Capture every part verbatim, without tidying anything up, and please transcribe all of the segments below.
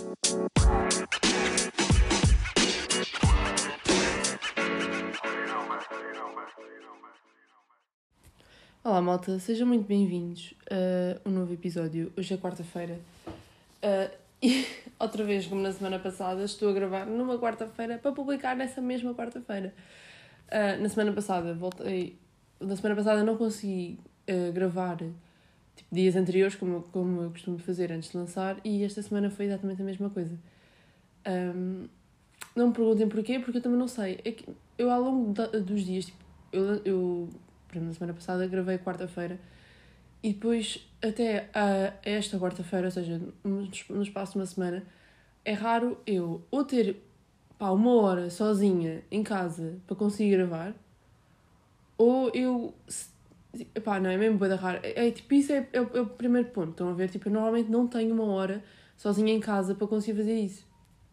Olá malta, sejam muito bem-vindos a um novo episódio. Hoje é quarta-feira uh, e outra vez, como na semana passada, estou a gravar numa quarta-feira para publicar nessa mesma quarta-feira. Uh, na semana passada voltei, na semana passada não consegui uh, gravar tipo, dias anteriores, como, como eu costumo fazer antes de lançar, e esta semana foi exatamente a mesma coisa. Um, não me perguntem porquê, porque eu também não sei. É que eu ao longo da, dos dias, tipo, eu... eu por exemplo, na semana passada gravei quarta-feira e depois até a esta quarta-feira, ou seja, no espaço de uma semana, é raro eu ou ter pá, uma hora sozinha em casa para conseguir gravar, ou eu... Pá, não, é mesmo bué da raro. É, é, tipo, isso é, é, o, é o primeiro ponto, estão a ver? Tipo, eu normalmente não tenho uma hora sozinha em casa para conseguir fazer isso.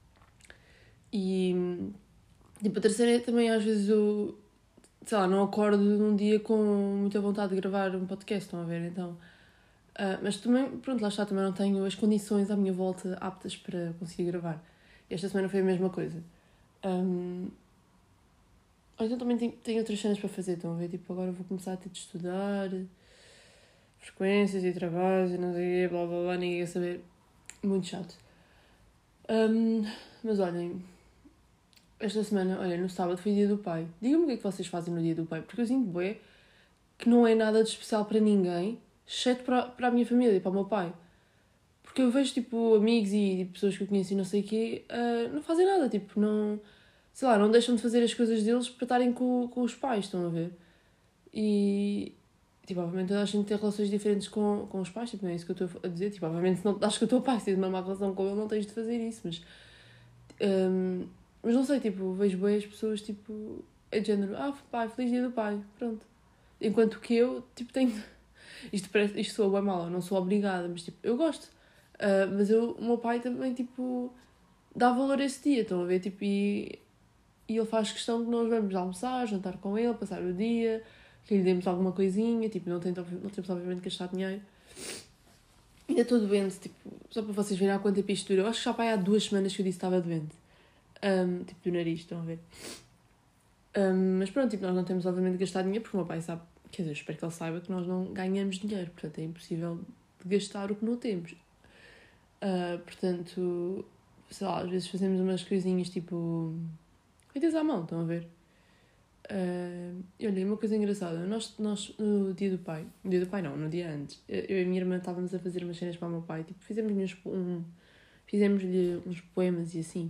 E, tipo, a terceira é também às vezes eu... sei lá, não acordo num dia com muita vontade de gravar um podcast, estão a ver, então... Uh, mas também, pronto, lá está, também não tenho as condições à minha volta aptas para conseguir gravar. Esta semana foi a mesma coisa. Um... Ou então também tenho, tenho outras cenas para fazer, estão a ver, tipo, agora vou começar a ter de estudar, frequências e trabalhos e não sei o quê, blá blá blá, ninguém quer saber. Muito chato. Um... Mas olhem... Esta semana, olha, no sábado foi dia do pai. Digam-me o que é que vocês fazem no dia do pai, porque eu sinto bué que não é nada de especial para ninguém, exceto para, para a minha família e para o meu pai. Porque eu vejo, tipo, amigos e tipo, pessoas que eu conheço e não sei o quê, uh, não fazem nada, tipo, não... sei lá, não deixam de fazer as coisas deles para estarem com, com os pais, estão a ver? E... tipo, obviamente toda a gente tem relações diferentes com, com os pais, tipo, não é isso que eu estou a dizer, tipo, obviamente se não achas que o teu pai tem uma má relação com ele, não tens de fazer isso, mas... Um, mas não sei, tipo, vejo bem as pessoas, tipo, é de género, ah, pai, feliz dia do pai, pronto. Enquanto que eu, tipo, tenho... Isto, parece, isto soa bem mal, eu não sou obrigada, mas, tipo, eu gosto. Uh, mas eu, o meu pai também, tipo, dá valor a esse dia, estão a ver? Tipo, e, e ele faz questão que nós vamos almoçar, jantar com ele, passar o dia, que lhe demos alguma coisinha, tipo, não, tento, não temos, obviamente, que gastar dinheiro. Ainda estou doente, tipo, só para vocês verem há quanto tempo isto dura. Eu acho que já pai há duas semanas que eu disse que estava doente. Um, tipo, do nariz, estão a ver? Um, mas pronto, tipo, nós não temos, obviamente, de gastar dinheiro, porque o meu pai sabe, quer dizer, eu espero que ele saiba que nós não ganhamos dinheiro, portanto é impossível de gastar o que não temos. Uh, portanto, sei lá, às vezes fazemos umas coisinhas tipo feitas à mão, estão a ver? Uh, e olha, uma coisa engraçada, nós, nós no dia do pai, no dia do pai não, no dia antes, eu e a minha irmã estávamos a fazer umas cenas para o meu pai, tipo, fizemos-lhe uns, um, fizemos-lhe uns poemas e assim.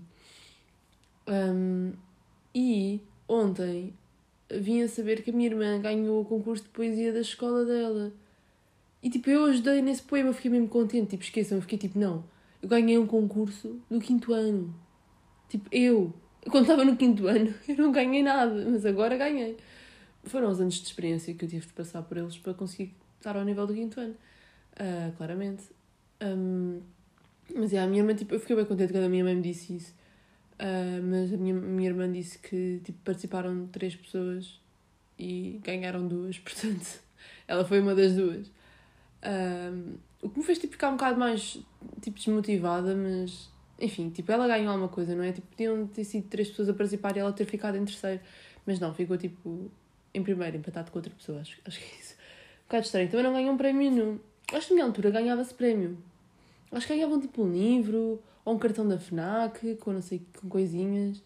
Um, e ontem vim a saber que a minha irmã ganhou o concurso de poesia da escola dela. E tipo, eu ajudei nesse poema, fiquei mesmo contente. Tipo, esqueçam, eu fiquei tipo, não, eu ganhei um concurso do quinto ano. Tipo, eu, quando estava no quinto ano, eu não ganhei nada, mas agora ganhei. Foram os anos de experiência que eu tive de passar por eles para conseguir estar ao nível do quinto ano. Uh, claramente. Um, mas é, a minha irmã, tipo, eu fiquei bem contente quando a minha mãe me disse isso. Uh, mas a minha, minha irmã disse que tipo, participaram três pessoas e ganharam duas, portanto ela foi uma das duas. Uh, o que me fez tipo, ficar um bocado mais tipo, desmotivada, mas enfim, tipo, ela ganhou alguma coisa, não é? Tipo, podiam ter sido três pessoas a participar e ela ter ficado em terceiro, mas não, ficou tipo em primeiro, empatado com outra pessoa, acho, acho que é isso. Um bocado estranho, também não ganhou um prémio nenhum. Acho que na minha altura ganhava-se prémio. Acho que ganhavam tipo um livro ou um cartão da FNAC com não sei, com coisinhas.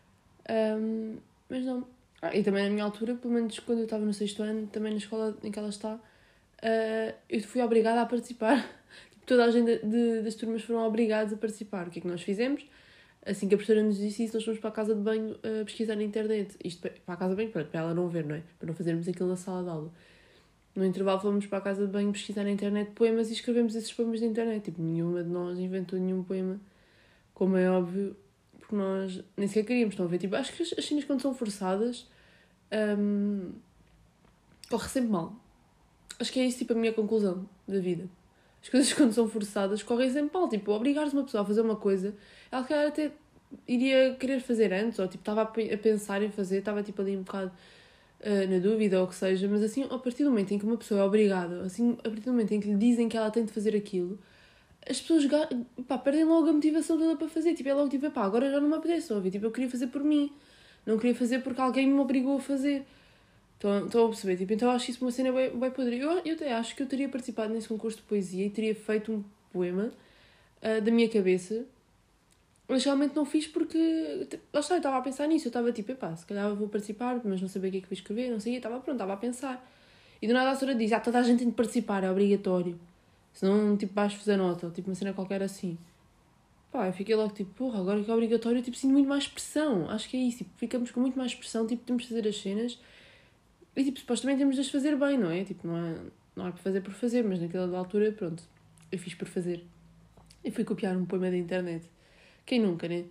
Um, mas não. Ah, e também na minha altura, pelo menos quando eu estava no sexto ano, também na escola em que ela está, uh, eu fui obrigada a participar. Tipo, toda a gente de, das turmas foram obrigados a participar. O que é que nós fizemos? Assim que a professora nos disse isso, nós fomos para a casa de banho uh, pesquisar na internet. Isto para a casa de banho, pronto, para ela não ver, não é? Para não fazermos aquilo na sala de aula. No intervalo fomos para a casa de banho pesquisar na internet poemas e escrevemos esses poemas na internet. Tipo, nenhuma de nós inventou nenhum poema, como é óbvio, porque nós nem sequer queríamos, estão a ver? Tipo, acho que as, as cenas quando são forçadas, um, corre sempre mal. Acho que é isso, tipo, a minha conclusão da vida. As coisas quando são forçadas correm sempre mal. Tipo, obrigares uma pessoa a fazer uma coisa, ela calhar até iria querer fazer antes, ou tipo, estava a pensar em fazer, estava tipo ali um bocado Uh, na dúvida ou o que seja, mas assim, a partir do momento em que uma pessoa é obrigada, assim, a partir do momento em que lhe dizem que ela tem de fazer aquilo, as pessoas, pá, perdem logo a motivação toda para fazer. Tipo, é logo tipo, pá, agora já não me apetece ouvir. Tipo, eu queria fazer por mim. Não queria fazer porque alguém me obrigou a fazer. Estão, estão a perceber? Tipo, então eu acho isso uma cena bem, bem podre. Eu, eu até acho que eu teria participado nesse concurso de poesia e teria feito um poema uh, da minha cabeça. Mas realmente não fiz porque... Lá está, eu estava a pensar nisso. Eu estava tipo, epá, se calhar vou participar, mas não sabia o que é que vou escrever, não sei. Eu estava pronto, estava a pensar. E do nada a senhora diz, ah, toda a gente tem de participar, é obrigatório. Senão, tipo, vais fazer nota, ou tipo uma cena qualquer assim. Pá, eu fiquei logo tipo, porra, agora que é obrigatório, tipo, sinto muito mais pressão. Acho que é isso, tipo, ficamos com muito mais pressão, tipo, temos de fazer as cenas e, tipo, supostamente temos de as fazer bem, não é? Tipo, não é, não é por fazer por fazer, mas naquela altura, pronto, eu fiz por fazer. E fui copiar um poema da internet. Quem nunca, né?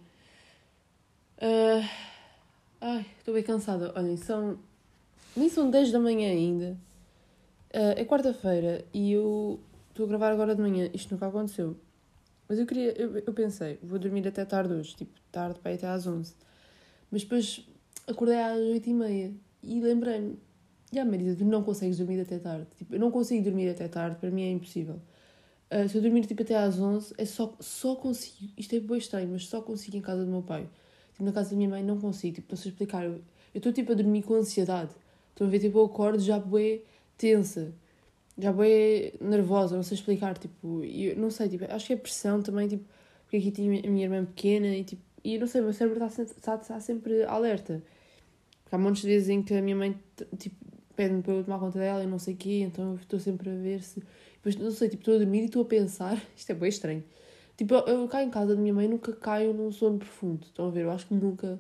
Uh... Ai, estou bem cansada. Olhem, são... Nem são dez da manhã ainda. Uh, é quarta-feira e eu estou a gravar agora de manhã. Isto nunca aconteceu. Mas eu queria... Eu, eu pensei, vou dormir até tarde hoje. Tipo, tarde para ir até às onze. Mas depois acordei às oito e meia. E lembrei-me... Já, Marisa, tu não consegues dormir até tarde. Tipo, eu não consigo dormir até tarde. Para mim é impossível. Uh, se eu dormir tipo até às onze, é só, só consigo... Isto é bem estranho, mas só consigo em casa do meu pai. Tipo, na casa da minha mãe não consigo. Tipo, não sei explicar. Eu estou tipo a dormir com ansiedade. Estão a ver, tipo, eu acordo já bué tensa. Já bué nervosa, não sei explicar. Tipo, eu não sei, tipo, acho que é pressão também, tipo... Porque aqui tinha a minha irmã pequena e tipo... E não sei, o meu cérebro está, está, está sempre alerta. Porque há montes de vezes em que a minha mãe, tipo, pede-me para eu tomar conta dela e não sei o quê. Então eu estou sempre a ver se... Depois, não sei, tipo, estou a dormir e estou a pensar... Isto é bem estranho. Tipo, eu, eu caio em casa da minha mãe, nunca caio num sono profundo. Estão a ver? Eu acho que nunca...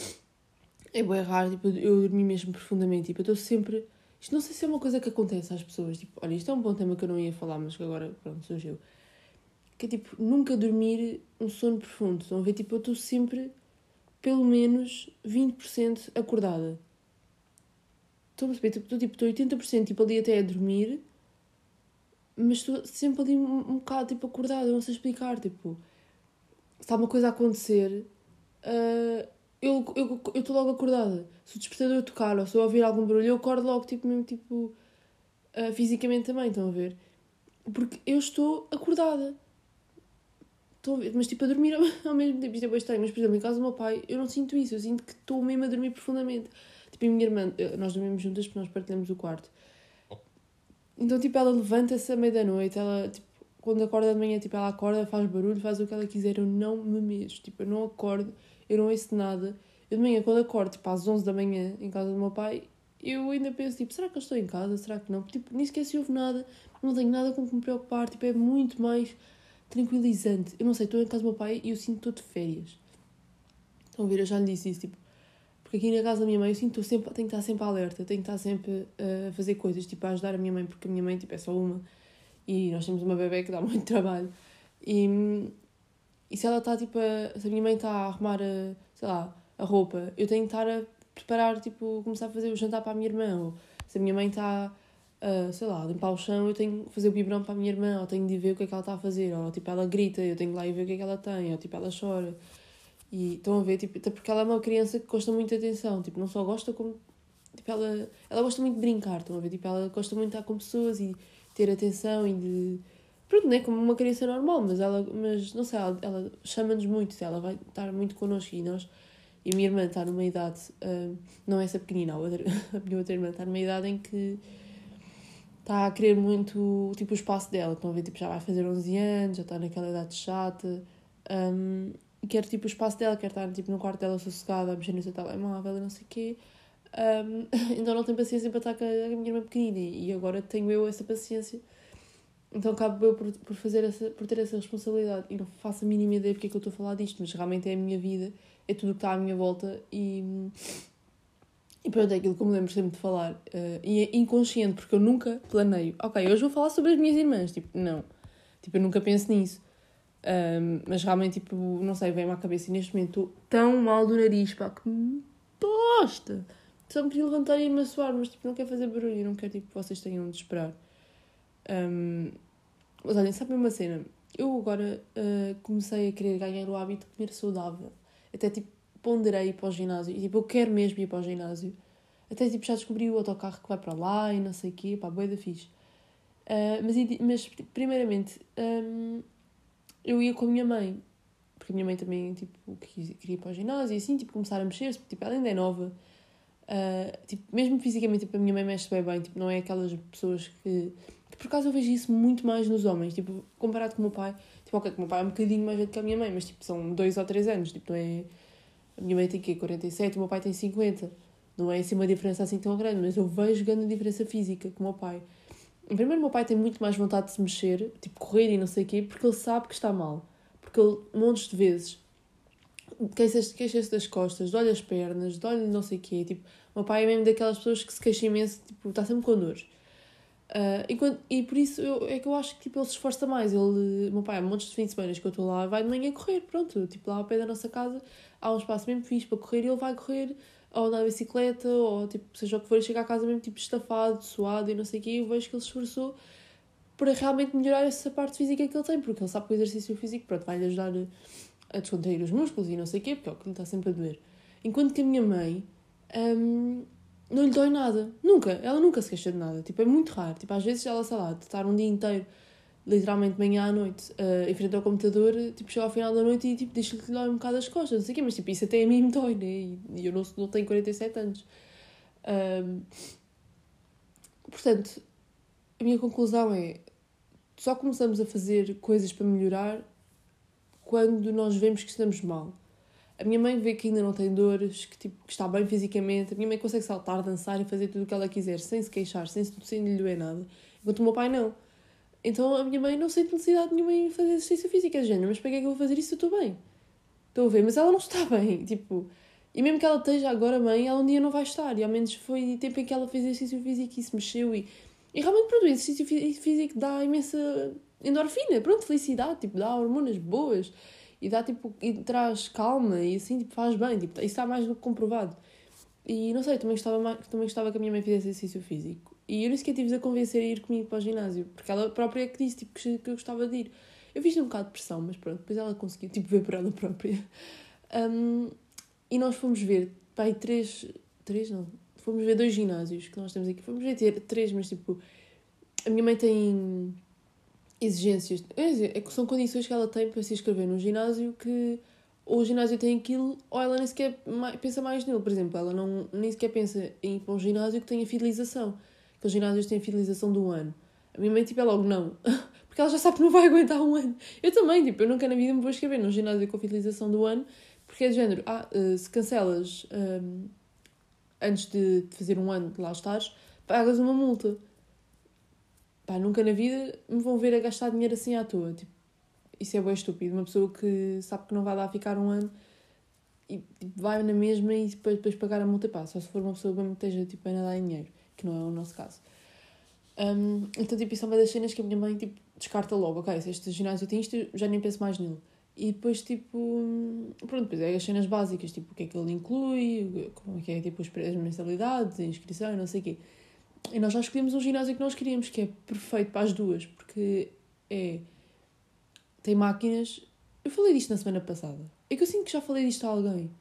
É bem raro, tipo, eu dormi mesmo profundamente. Tipo, eu estou sempre... Isto não sei se é uma coisa que acontece às pessoas. Tipo, olha, isto é um bom tema que eu não ia falar, mas que agora, pronto, surgiu. Que é, tipo, nunca dormir um sono profundo. Estão a ver? Tipo, eu estou sempre, pelo menos, vinte por cento acordada. Estão a perceber? Tipo, estou, tipo, estou oitenta por cento, tipo, ali até a dormir... Mas estou sempre ali um, um bocado, tipo, acordada. Eu não sei explicar, tipo... Se está uma coisa a acontecer... Uh, eu eu eu estou logo acordada. Se o despertador tocar ou se eu ouvir algum barulho, eu acordo logo, tipo, mesmo, tipo... Uh, fisicamente também, estão a ver? Porque eu estou acordada. Estão a ver? Mas, tipo, a dormir ao, ao mesmo tempo. Isto é bem estranho. Mas, por exemplo, em casa do meu pai, eu não sinto isso. Eu sinto que estou mesmo a dormir profundamente. Tipo, a minha irmã... Nós dormimos juntas porque nós partilhamos o quarto. Então, tipo, ela levanta-se à meia da noite, ela, tipo, quando acorda de manhã, tipo, ela acorda, faz barulho, faz o que ela quiser, eu não me mexo, tipo, eu não acordo, eu não ouço nada. Eu de manhã, quando acordo, tipo, às onze da manhã, em casa do meu pai, eu ainda penso, tipo, será que eu estou em casa, será que não? Tipo, nem sequer se ouve nada, não tenho nada com que me preocupar, tipo, é muito mais tranquilizante. Eu não sei, estou em casa do meu pai e eu sinto que estou de férias. Estão a ver, eu já lhe disse isso, tipo, porque aqui na casa da minha mãe eu sinto que sempre, tenho que estar sempre alerta, tenho que estar sempre uh, a fazer coisas, tipo, a ajudar a minha mãe, porque a minha mãe, tipo, é só uma. E nós temos uma bebé que dá muito trabalho. E, e se ela está, tipo, a, se a minha mãe está a arrumar, a, sei lá, a roupa, eu tenho que estar a preparar, tipo, começar a fazer o jantar para a minha irmã. Ou se a minha mãe está, a, sei lá, a limpar o chão, eu tenho que fazer o biberão para a minha irmã. Ou tenho de ver o que é que ela está a fazer. Ou, tipo, ela grita, eu tenho de lá ir ver o que é que ela tem. Ou, tipo, ela chora. E estão a ver, tipo, até porque ela é uma criança que gosta muito de atenção. Tipo, não só gosta como... Tipo, ela, ela gosta muito de brincar, estão a ver? Tipo, ela gosta muito de estar com pessoas e ter atenção e de... Pronto, não é como uma criança normal, mas ela, mas não sei, ela, ela chama-nos muito, ela vai estar muito connosco e nós... E a minha irmã está numa idade, uh, não é essa pequenina, a, outra, a minha outra irmã está numa idade em que está a querer muito, tipo, o espaço dela, estão a ver? Tipo, já vai fazer onze anos, já está naquela idade chata, um, e quer, tipo, o espaço dela, quer estar, tipo, no quarto dela sossegada, a mexer no seu telemóvel e não sei o quê. Um, então não tenho paciência para estar com a minha irmã pequenina e agora tenho eu essa paciência, então acabo eu por, por, fazer essa, por ter essa responsabilidade e não faço a mínima ideia porque é que eu estou a falar disto, mas realmente é a minha vida, é tudo o que está à minha volta e, e pronto, é aquilo que eu me lembro sempre de falar, uh, e é inconsciente porque eu nunca planeio, ok, hoje vou falar sobre as minhas irmãs, tipo, não, tipo, eu nunca penso nisso. Um, mas realmente, tipo, não sei, vem-me à cabeça e neste momento estou tão mal do nariz, pá, que me bosta. Só me queria levantar e ir-me a suar, mas tipo, não quero fazer barulho e não quero tipo, que vocês tenham de esperar. Um, mas olhem, sabem uma cena? Eu agora uh, comecei a querer ganhar o hábito de comer saudável. Até tipo, ponderei ir para o ginásio. E tipo, eu quero mesmo ir para o ginásio. Até tipo, já descobri o autocarro que vai para lá e não sei o quê. Pá, bué da fixe. Uh, mas, mas primeiramente, um, eu ia com a minha mãe, porque a minha mãe também, tipo, queria ir para o ginásio e assim, tipo, começar a mexer-se, tipo, ela ainda é nova. Uh, tipo, mesmo fisicamente, tipo, a minha mãe mexe bem bem, tipo, não é aquelas pessoas que... que por acaso eu vejo isso muito mais nos homens, tipo, comparado com o meu pai. Tipo, ok, que o meu pai é um bocadinho mais velho que a minha mãe, mas, tipo, são dois ou três anos, tipo, não é... A minha mãe tem, quê? quarenta e sete, o meu pai tem cinquenta. Não é assim uma diferença assim tão grande, mas eu vejo grande diferença física com o meu pai. Em primeiro, o meu pai tem muito mais vontade de se mexer, tipo, correr e não sei o quê, porque ele sabe que está mal. Porque ele, montes de vezes, queixa-se queixa das costas, dói as pernas, dói não sei o quê. Tipo, o meu pai é mesmo daquelas pessoas que se queixa imenso, tipo, está sempre com dores. Uh, e, quando, e por isso eu, é que eu acho que tipo, ele se esforça mais. Ele, o meu pai, há montes de fins de semana que eu estou lá, vai de manhã correr, pronto. Tipo, lá ao pé da nossa casa há um espaço mesmo fixe para correr e ele vai correr ou andar de bicicleta, ou tipo, seja o que for, e chega à casa mesmo tipo estafado, suado e não sei o quê. E eu vejo que ele se esforçou para realmente melhorar essa parte física que ele tem, porque ele sabe que o exercício físico, pronto, vai-lhe ajudar a descontrair os músculos e não sei o quê, porque é o que lhe está sempre a doer. Enquanto que a minha mãe hum, não lhe dói nada. Nunca. Ela nunca se queixa de nada. Tipo, é muito raro. Tipo, às vezes ela, sei lá, de estar um dia inteiro, literalmente de manhã à noite, uh, em frente ao computador, tipo, chega ao final da noite e tipo, diz-lhe que lhe dói um bocado as costas, não sei o quê, mas tipo, isso até a mim me dói, né? E, e eu não, não tenho quarenta e sete anos. Um, portanto, a minha conclusão é, só começamos a fazer coisas para melhorar quando nós vemos que estamos mal. A minha mãe vê que ainda não tem dores, que, tipo, que está bem fisicamente. A minha mãe consegue saltar, dançar e fazer tudo o que ela quiser, sem se queixar, sem, sem lhe doer nada. Enquanto o meu pai não. Então a minha mãe não sente necessidade nenhuma em fazer exercício físico. É de género, mas para que é que eu vou fazer isso se eu estou bem? Estou a ver, mas ela não está bem. Tipo, e mesmo que ela esteja agora bem, ela um dia não vai estar. E ao menos foi tempo em que ela fez exercício físico e se mexeu. E, e realmente, pronto, o exercício físico dá imensa endorfina. Pronto, felicidade, tipo, dá hormonas boas. E dá, tipo, e traz calma e assim, tipo, faz bem. Tipo, isso está mais do que comprovado. E não sei, também gostava, mais, também gostava que a minha mãe fizesse exercício físico. E eu nem sequer tive-a convencer a ir comigo para o ginásio. Porque ela própria é que disse, tipo, que, que eu gostava de ir. Eu fiz um bocado de pressão, mas pronto, depois ela conseguiu, tipo, ver por ela própria. Um, e nós fomos ver, pai, três... Três, não. Fomos ver dois ginásios que nós temos aqui. Fomos ver ter três, mas, tipo... A minha mãe tem exigências, é que são condições que ela tem para se inscrever num ginásio que ou o ginásio tem aquilo ou ela nem sequer pensa mais nele. Por exemplo, ela não, nem sequer pensa em ir para um ginásio que tenha fidelização. Aqueles ginásios têm fidelização de um ano. A minha mãe, tipo, é logo não. Porque ela já sabe que não vai aguentar um ano. Eu também, tipo, eu nunca na vida me vou inscrever num ginásio com fidelização do ano porque é de género, ah, se cancelas um, antes de fazer um ano de lá estares, pagas uma multa. Pá, nunca na vida me vão ver a gastar dinheiro assim à toa. Tipo, isso é bem estúpido. Uma pessoa que sabe que não vai lá ficar um ano e tipo, vai na mesma e depois, depois pagar a multa. Pá, só se for uma pessoa que esteja tipo, a nadar em dinheiro, que não é o nosso caso. Um, então, tipo, isso é uma das cenas que a minha mãe tipo, descarta logo. Ok, se este ginásio tem isto, eu já nem penso mais nele. E depois, tipo, pronto, depois é as cenas básicas, tipo, o que é que ele inclui, como é que é, tipo, as mensalidades, a inscrição e não sei o quê. E nós já escolhemos um ginásio que nós queríamos, que é perfeito para as duas, porque é... tem máquinas... Eu falei disto na semana passada. É que eu sinto que já falei disto a alguém.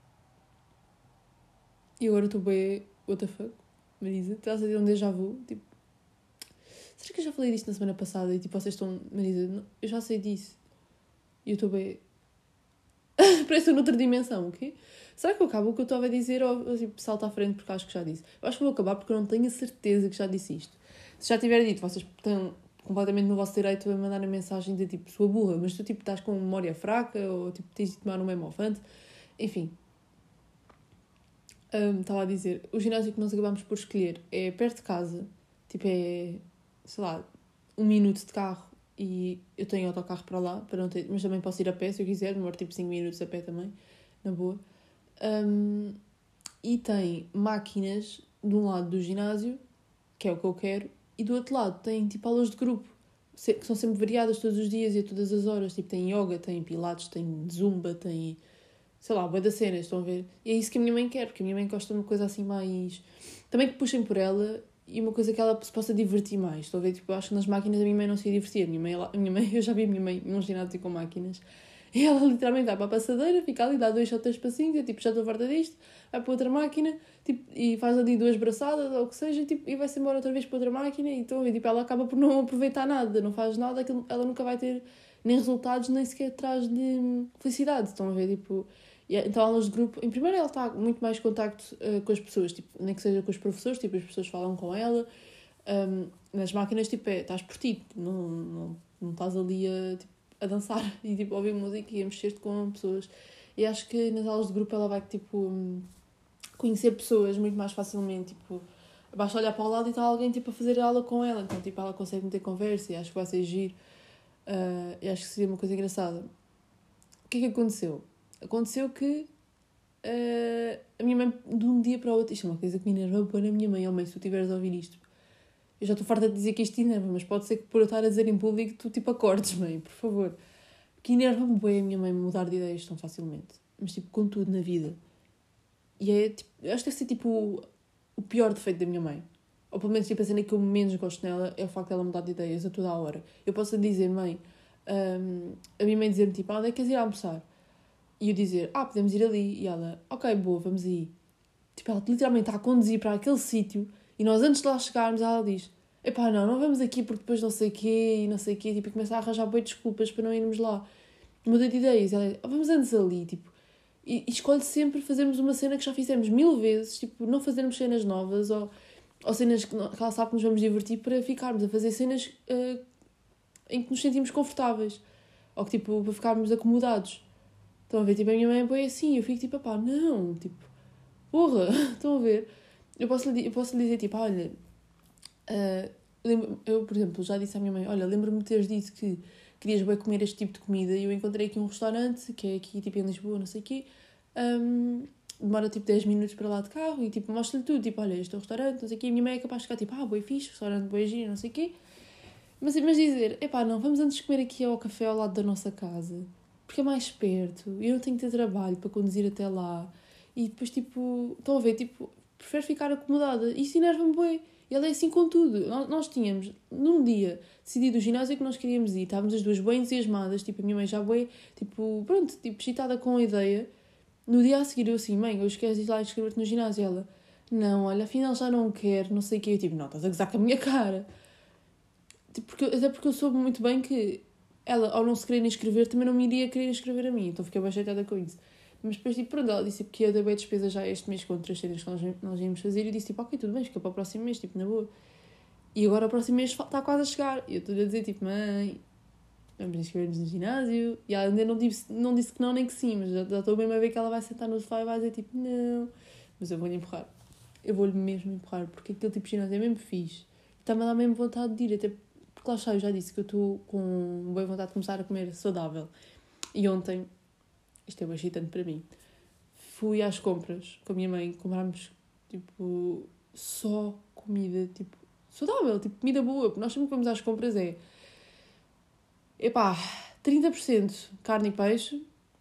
E agora estou bem... What the fuck? Marisa, estás a dizer um déjà vu? Tipo... Será que eu já falei disto na semana passada? E tipo, vocês estão... Marisa, não, eu já sei disso. E eu estou bem... Parece noutra dimensão, ok? Será que eu acabo o que eu estava a dizer ou tipo, salto à frente porque acho que já disse? Eu acho que vou acabar porque eu não tenho a certeza que já disse isto. Se já tiver dito, vocês estão completamente no vosso direito a mandar a mensagem de tipo, sua burra, mas tu tipo estás com memória fraca ou tipo tens de tomar um memofante. Enfim. Um, estava a dizer, o ginásio que nós acabámos por escolher é perto de casa. Tipo é, sei lá, um minuto de carro e eu tenho autocarro para lá, para não ter, mas também posso ir a pé se eu quiser, demoro tipo cinco minutos a pé também, na boa. Um, e tem máquinas de um lado do ginásio, que é o que eu quero, e do outro lado tem tipo aulas de grupo, que são sempre variadas todos os dias e a todas as horas. Tipo, tem yoga, tem pilates, tem zumba, tem, sei lá, bué das cenas, estão a ver? E é isso que a minha mãe quer, porque a minha mãe gosta de uma coisa assim mais... Também que puxem por ela e uma coisa que ela se possa divertir mais. Estão a ver? Tipo, eu acho que nas máquinas a minha mãe não se ia divertir. A minha mãe, ela, a minha mãe eu já vi a minha mãe num ginásio com máquinas. E ela literalmente vai para a passadeira, fica ali, dá dois ou três passinhos, é tipo, já estou farta disto, vai para outra máquina, tipo, e faz ali duas braçadas, ou o que seja, tipo, e vai-se embora outra vez para outra máquina, e então, e, tipo, ela acaba por não aproveitar nada, não faz nada, aquilo, ela nunca vai ter nem resultados, nem sequer traz-lhe felicidade, estão a ver, tipo... Então, aulas de grupo, em primeiro ela está muito mais em contacto uh, com as pessoas, tipo, nem que seja com os professores, tipo, as pessoas falam com ela, um, nas máquinas, tipo, é, estás por ti, não, não, não estás ali a, tipo, a dançar e, tipo, a ouvir música e a mexer-te com pessoas. E acho que nas aulas de grupo ela vai, tipo, conhecer pessoas muito mais facilmente, tipo, basta olhar para o lado e está alguém, tipo, a fazer aula com ela, então, tipo, ela consegue meter conversa e acho que vai ser giro, uh, e acho que seria uma coisa engraçada. O que é que aconteceu? Aconteceu que uh, a minha mãe, de um dia para o outro... Isto é uma coisa que me enerva pôr a minha mãe. Oh mãe, se tu estiveres a ouvir isto... Eu já estou farta de dizer que isto te enerva, mas pode ser que por eu estar a dizer em público tu, tipo, acordes, mãe, por favor. Porque enerva-me bem a minha mãe mudar de ideias tão facilmente. Mas, tipo, com tudo na vida. E é, tipo... Eu acho que deve ser, tipo, o pior defeito da minha mãe. Ou pelo menos, tipo, a cena que eu menos gosto nela é o facto de ela mudar de ideias a toda a hora. Eu posso dizer, mãe... Um, a minha mãe dizer-me, tipo, ah, onde é que queres ir almoçar? E eu dizer, ah, podemos ir ali. E ela, ok, boa, vamos aí. Tipo, ela literalmente está a conduzir para aquele sítio e nós, antes de lá chegarmos, ela diz, epá, não, não vamos aqui porque depois não sei o quê e não sei o quê. Tipo, e começa a arranjar boas desculpas para não irmos lá. Muda de ideias. Ela diz, ah, vamos antes ali, tipo. E, e escolhe sempre fazermos uma cena que já fizemos mil vezes, tipo, não fazermos cenas novas ou, ou cenas que, que ela sabe que nos vamos divertir para ficarmos a fazer cenas uh, em que nos sentimos confortáveis. Ou que, tipo, para ficarmos acomodados. Estão a ver? Tipo, a minha mãe é assim. Eu fico tipo, pá, não. Tipo, porra. Estão a ver? Eu posso, eu posso lhe dizer, tipo, olha... Uh, lembro, eu, por exemplo, já disse à minha mãe, olha, lembro-me de teres dito que querias bem comer este tipo de comida e eu encontrei aqui um restaurante, que é aqui, tipo, em Lisboa, não sei o quê. Um, demora, tipo, dez minutos para lá de carro e, tipo, mostro-lhe tudo. Tipo, olha, este é o restaurante, não sei o quê. E a minha mãe é capaz de ficar, tipo, ah, boi fixe, restaurante boi giro, não sei o quê. Mas, mas dizer, epá, não, vamos antes comer aqui ao café ao lado da nossa casa. Porque é mais perto, eu não tenho que ter trabalho para conduzir até lá. E depois, tipo, estão a ver, tipo, prefiro ficar acomodada. E isso enerva-me bem. E ela é assim com tudo. Nós, nós tínhamos, num dia, decidido o ginásio que nós queríamos ir. Estávamos as duas bem entusiasmadas, tipo, a minha mãe já bem, tipo, pronto, tipo, excitada com a ideia. No dia a seguir, eu assim, mãe, hoje queres ir lá inscrever-te no ginásio? Ela, não, olha, afinal já não quero, não sei o quê. Eu, tipo, não, estás a gozar com a minha cara. Tipo, porque, até porque eu soube muito bem que ela, ao não se querer inscrever, também não me iria querer inscrever a mim. Então fiquei bem chateada com isso. Mas depois, tipo, pronto, ela disse que ia dar bem despesa já este mês com outras cenas que nós, nós íamos fazer. E eu disse, tipo, ok, tudo bem, fica para o próximo mês, tipo, na boa. E agora o próximo mês está quase a chegar. E eu estou-lhe a dizer, tipo, mãe, vamos inscrever-nos no ginásio. E ela ainda não disse, não disse que não nem que sim, mas já, já estou mesmo a ver que ela vai sentar no sofá e vai dizer, tipo, não. Mas eu vou-lhe empurrar. Eu vou-lhe mesmo empurrar, porque aquele tipo de ginásio é mesmo fixe. Está-me a dar mesmo vontade de ir, até porque lá está, eu já disse que eu estou com boa vontade de começar a comer saudável. E ontem, isto é bem excitante para mim, fui às compras com a minha mãe, comprámos, tipo, só comida, tipo, saudável, tipo, comida boa, porque nós sempre que vamos às compras é, epá, trinta por cento carne e peixe,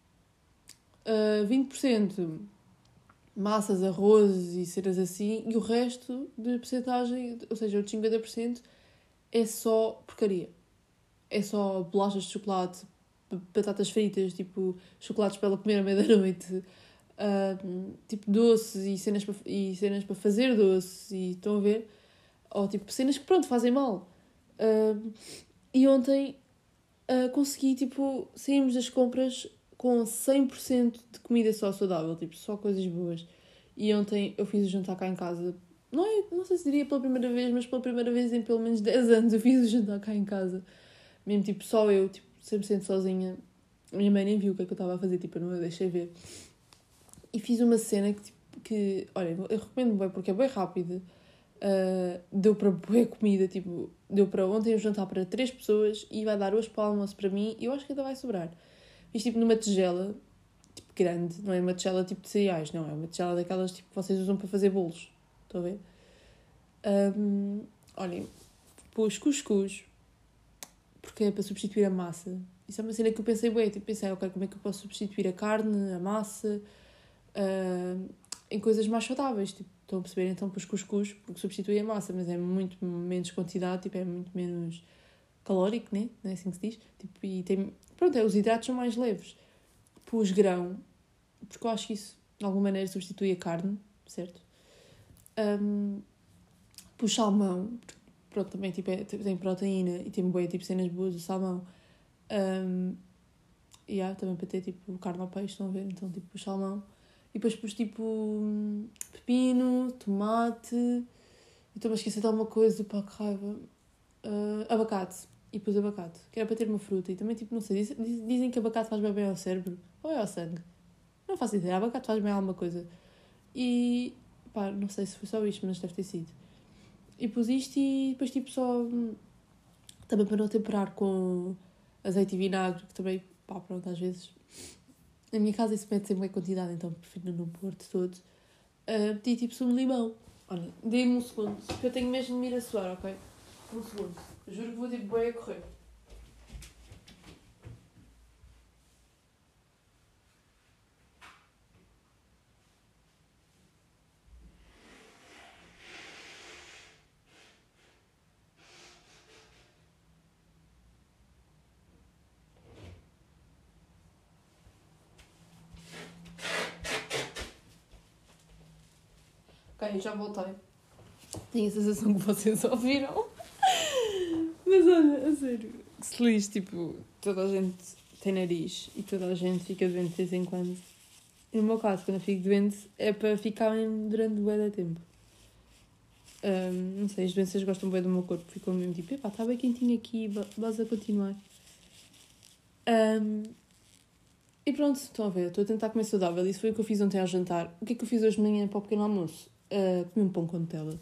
uh, vinte por cento massas, arroz e cenas assim, e o resto de porcentagem, ou seja, outros cinquenta por cento é só porcaria. É só bolachas de chocolate, batatas fritas, tipo, chocolates para ela comer à meia-noite, uh, tipo, doces e cenas, para, e cenas para fazer doces, e estão a ver? Ou, tipo, cenas que, pronto, fazem mal. Uh, e ontem uh, consegui, tipo, saímos das compras com cem por cento de comida só saudável, tipo, só coisas boas. E ontem eu fiz o jantar cá em casa. Não, é, não sei se diria pela primeira vez, mas pela primeira vez em pelo menos dez anos eu fiz o jantar cá em casa. Mesmo, tipo, só eu, tipo, cem por cento sozinha. A minha mãe nem viu o que é que eu estava a fazer, tipo, eu não a deixei ver. E fiz uma cena que, tipo, que olha, eu recomendo bem porque é bem rápida. Uh, deu para boa comida, tipo, deu para ontem um jantar para três pessoas e vai dar hoje para o almoço para mim e eu acho que ainda vai sobrar. Fiz, tipo, numa tigela, tipo, grande, não é uma tigela tipo de cereais, não, é uma tigela daquelas, tipo, que vocês usam para fazer bolos. Estão a ver? Um, olhem, pus cuscuz, porque é para substituir a massa. Isso é uma cena que eu pensei bem, tipo, pensei, ok, como é que eu posso substituir a carne, a massa, uh, em coisas mais saudáveis, tipo, estão a perceber? Então pus cuscuz, porque substitui a massa, mas é muito menos quantidade, tipo, é muito menos calórico, né? Não é assim que se diz? Tipo, e tem, pronto, é, os hidratos são mais leves. Pus grão, porque eu acho que isso, de alguma maneira, substitui a carne, certo? Um, pus salmão, pronto, também tipo, é, tem proteína e tem boa, tipo, cenas boas do salmão. Um, e yeah, também para ter tipo carne ao peixe, estão a ver? Então tipo o salmão. E depois pus tipo hum, pepino, tomate. E estou-me a esquecer de alguma coisa, pá, que raiva. Uh, abacate. E pus abacate, que era para ter uma fruta. E também tipo, não sei, diz, diz- dizem que abacate faz bem ao cérebro. Ou é ao sangue? Não faço ideia, abacate faz bem a alguma coisa. E pá, não sei se foi só isto, mas deve ter sido. E pus isto e depois tipo só... hum, também para não temperar com azeite e vinagre, que também, pá, pronto, às vezes... Na minha casa isso mete sempre em quantidade, então prefiro não pôr de todo. Uh, meti tipo sumo de limão. Olha, dê-me um segundo, porque eu tenho mesmo de me ir a suar, ok? Um segundo. Eu juro que vou tipo bem a correr. Ok, já voltei. Tenho a sensação que vocês ouviram. Mas olha, a sério, que se lixe, tipo, toda a gente tem nariz e toda a gente fica doente de vez em quando. E no meu caso, quando eu fico doente, é para ficar mesmo durante bué de tempo. Um, não sei, as doenças gostam bem do meu corpo, ficam mesmo tipo, epá, está bem quentinho aqui, vais a continuar. Um, e pronto, estão a ver, estou a tentar comer saudável. Isso foi o que eu fiz ontem ao jantar. O que é que eu fiz hoje de manhã para o pequeno almoço? Uh, comi um pão com Nutella.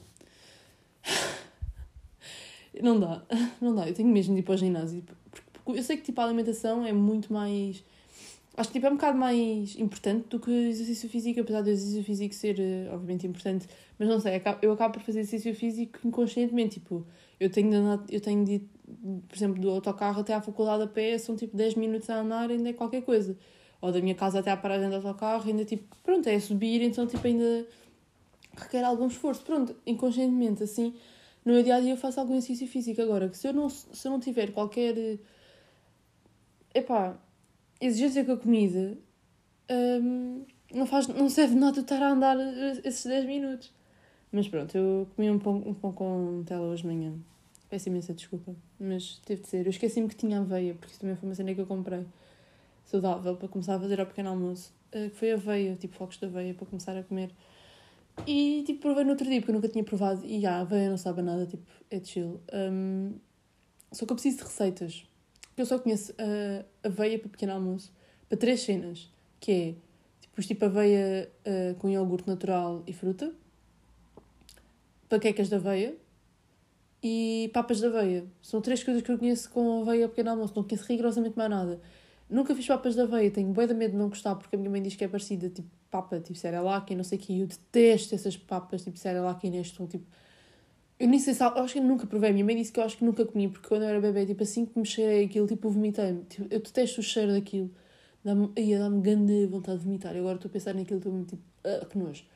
Não dá, não dá, eu tenho mesmo de ir para o ginásio. Porque eu sei que tipo, a alimentação é muito mais... Acho que tipo, é um bocado mais importante do que o exercício físico, apesar do exercício físico ser, obviamente, importante. Mas não sei, eu acabo por fazer exercício físico inconscientemente. Tipo, eu tenho de andar, eu tenho de ir, por exemplo, do autocarro até à faculdade a pé, são tipo dez minutos a andar, ainda é qualquer coisa. Ou da minha casa até à paragem do autocarro, ainda tipo, pronto, é subir, então tipo, ainda requer algum esforço. Pronto, inconscientemente, assim, no meu dia a dia eu faço algum exercício físico. Agora, que se eu não, se eu não tiver qualquer. Epá, exigência com a comida, hum, não, faz, não serve de nada estar a andar esses dez minutos. Mas pronto, eu comi um pão, um pão com Nutella hoje de manhã. Peço imensa desculpa, mas teve de ser. Eu esqueci-me que tinha aveia, porque isso também foi uma cena que eu comprei. Saudável, para começar a fazer ao pequeno almoço. Uh, que foi aveia, tipo flocos de aveia, para começar a comer. E tipo, provei no outro dia, porque eu nunca tinha provado. E já, a aveia não sabe a nada, tipo, é chill. Um, só que eu preciso de receitas. Eu só conheço a aveia para pequeno almoço, para três cenas, que é, tipo, tipo aveia uh, com iogurte natural e fruta, panquecas de aveia e papas de aveia. São três coisas que eu conheço com aveia para pequeno almoço, não conheço rigorosamente mais nada. Nunca fiz papas de aveia, tenho bué de medo de não gostar, porque a minha mãe diz que é parecida, tipo, papa, tipo, Cerelac e não sei o que, e eu detesto essas papas, tipo, Cerelac e Nestum, tipo... Eu nem sei se... Eu acho que eu nunca provei. A minha mãe disse que eu acho que nunca comi, porque quando eu era bebê, tipo, assim que me cheirei aquilo, tipo, vomitei-me. Tipo, eu detesto o cheiro daquilo. Dá-me, ia dar-me grande vontade de vomitar. E agora estou a pensar naquilo, estou-me tipo, ah, que nojo.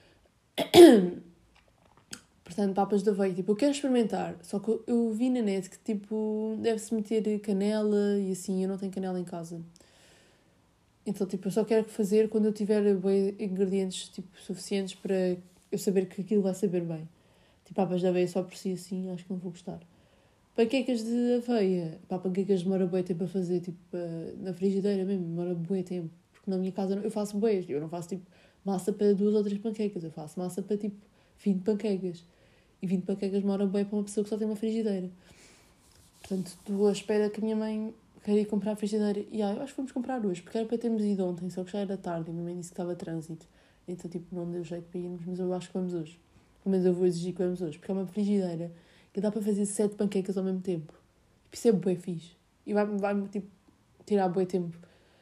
Portanto, papas de aveia, tipo, eu quero experimentar. Só que eu, eu vi na net que, tipo, deve-se meter canela e assim, eu não tenho canela em casa. Então, tipo, eu só quero fazer quando eu tiver bem, ingredientes, tipo, suficientes para eu saber que aquilo vai saber bem. Tipo, papas de aveia só por si assim, acho que não vou gostar. Panquecas de aveia. Pá, panquecas demora bué tempo a fazer, tipo, na frigideira mesmo, demora bué tempo. Porque na minha casa eu faço bués, eu não faço, tipo, massa para duas ou três panquecas, eu faço massa para, tipo, vinte panquecas. E vinte panquecas demora bué para uma pessoa que só tem uma frigideira. Portanto, estou à espera que a minha mãe queira ir comprar a frigideira. E ah, eu acho que vamos comprar hoje, porque era para termos ido ontem, só que já era tarde e a minha mãe disse que estava trânsito. Então, tipo, não me deu jeito para irmos, mas eu acho que vamos hoje. Mas eu vou exigir que vamos hoje, porque é uma frigideira que dá para fazer sete panquecas ao mesmo tempo. Tipo, isso é bué fixe. E vai-me, vai tipo, tirar bué tempo.